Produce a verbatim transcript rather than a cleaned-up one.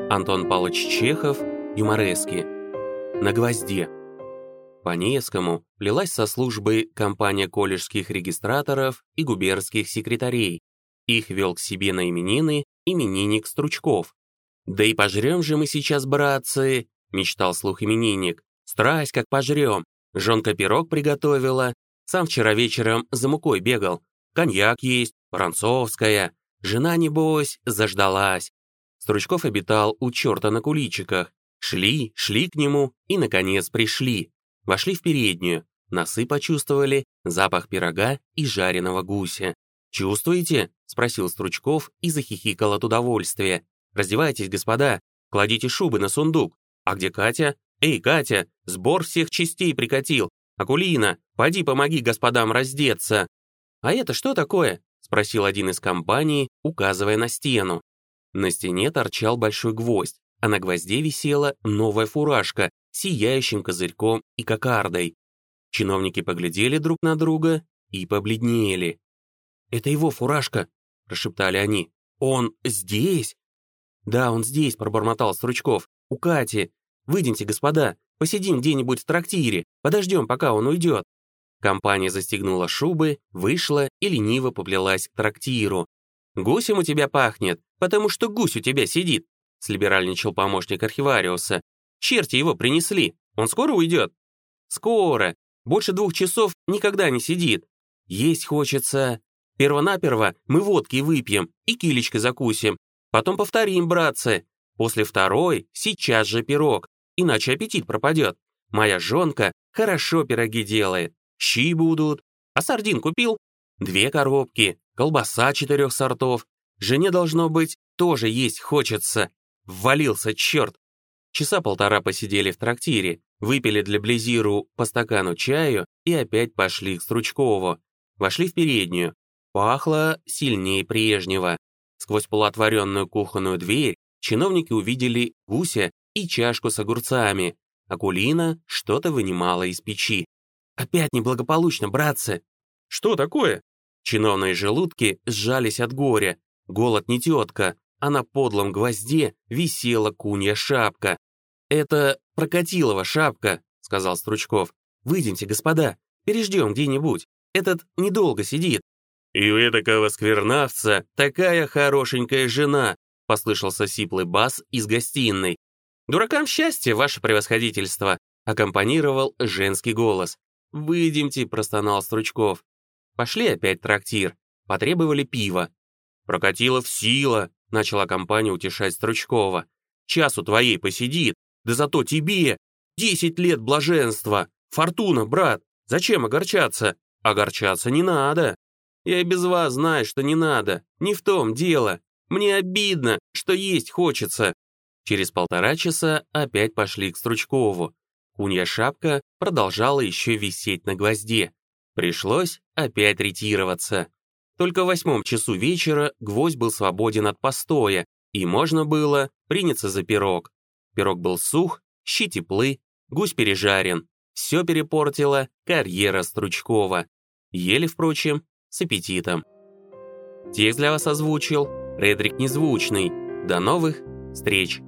Антон Павлович Чехов, юморески. На гвозде. По Невскому плелась со службы компания колледжских регистраторов и губернских секретарей. Их вел к себе на именины именинник Стручков. «Да и пожрем же мы сейчас, братцы!» — мечтал слух именинник. «Страсть, как пожрем! Жонка пирог приготовила. Сам вчера вечером за мукой бегал. Коньяк есть, францовская. Жена, небось, заждалась». Стручков обитал у черта на куличиках. Шли, шли к нему и, наконец, пришли. Вошли в переднюю. Носы почувствовали запах пирога и жареного гуся. «Чувствуете?» — спросил Стручков и захихикал от удовольствия. «Раздевайтесь, господа, кладите шубы на сундук. А где Катя? Эй, Катя, сбор всех частей прикатил. Акулина, поди помоги господам раздеться». «А это что такое?» — спросил один из компаний, указывая на стену. На стене торчал большой гвоздь, а на гвозде висела новая фуражка с сияющим козырьком и кокардой. Чиновники поглядели друг на друга и побледнели. «Это его фуражка», — прошептали они. «Он здесь?» «Да, он здесь», — пробормотал Стручков. «У Кати. Выйдемте, господа, посидим где-нибудь в трактире, подождем, пока он уйдет». Компания застегнула шубы, вышла и лениво поплелась к трактиру. «Гусем у тебя пахнет, потому что гусь у тебя сидит», — слиберальничал помощник архивариуса. «Черти его принесли. Он скоро уйдет?» «Скоро. Больше двух часов никогда не сидит. Есть хочется. Первонаперво мы водки выпьем и килечкой закусим. Потом повторим, братцы. После второй сейчас же пирог, иначе аппетит пропадет. Моя жонка хорошо пироги делает. Щи будут. А сардин купил? Две коробки, колбаса четырех сортов. Жене, должно быть, тоже есть хочется. Ввалился черт». Часа полтора посидели в трактире, выпили для Близиру по стакану чаю и опять пошли к Стручкову. Вошли в переднюю. Пахло сильнее прежнего. Сквозь полуотворенную кухонную дверь чиновники увидели гуся и чашку с огурцами. Акулина что-то вынимала из печи. «Опять неблагополучно, братцы!» «Что такое?» Чиновные желудки сжались от горя. Голод не тетка, а на подлом гвозде висела кунья шапка. «Это Прокатилова шапка», — сказал Стручков. «Выйдемте, господа, переждем где-нибудь. Этот недолго сидит». «И у этакого сквернавца такая хорошенькая жена», — послышался сиплый бас из гостиной. «Дуракам счастье, ваше превосходительство», — аккомпанировал женский голос. «Выйдемте», — простонал Стручков. Пошли опять в трактир, потребовали пива. «Прокатилов сила», — начала компания утешать Стручкова. «Часу твоей посидит, да зато тебе десять лет блаженства. Фортуна, брат, зачем огорчаться? Огорчаться не надо. Я и без вас знаю, что не надо, не в том дело. Мне обидно, что есть хочется». Через полтора часа опять пошли к Стручкову. Кунья шапка продолжала еще висеть на гвозде. Пришлось опять ретироваться. Только в восьмом часу вечера гвоздь был свободен от постоя, и можно было приняться за пирог. Пирог был сух, щи теплы, гусь пережарен. Все перепортила карьера Стручкова. Ели, впрочем, с аппетитом. Текст для вас озвучил Редрик Незвучный. До новых встреч!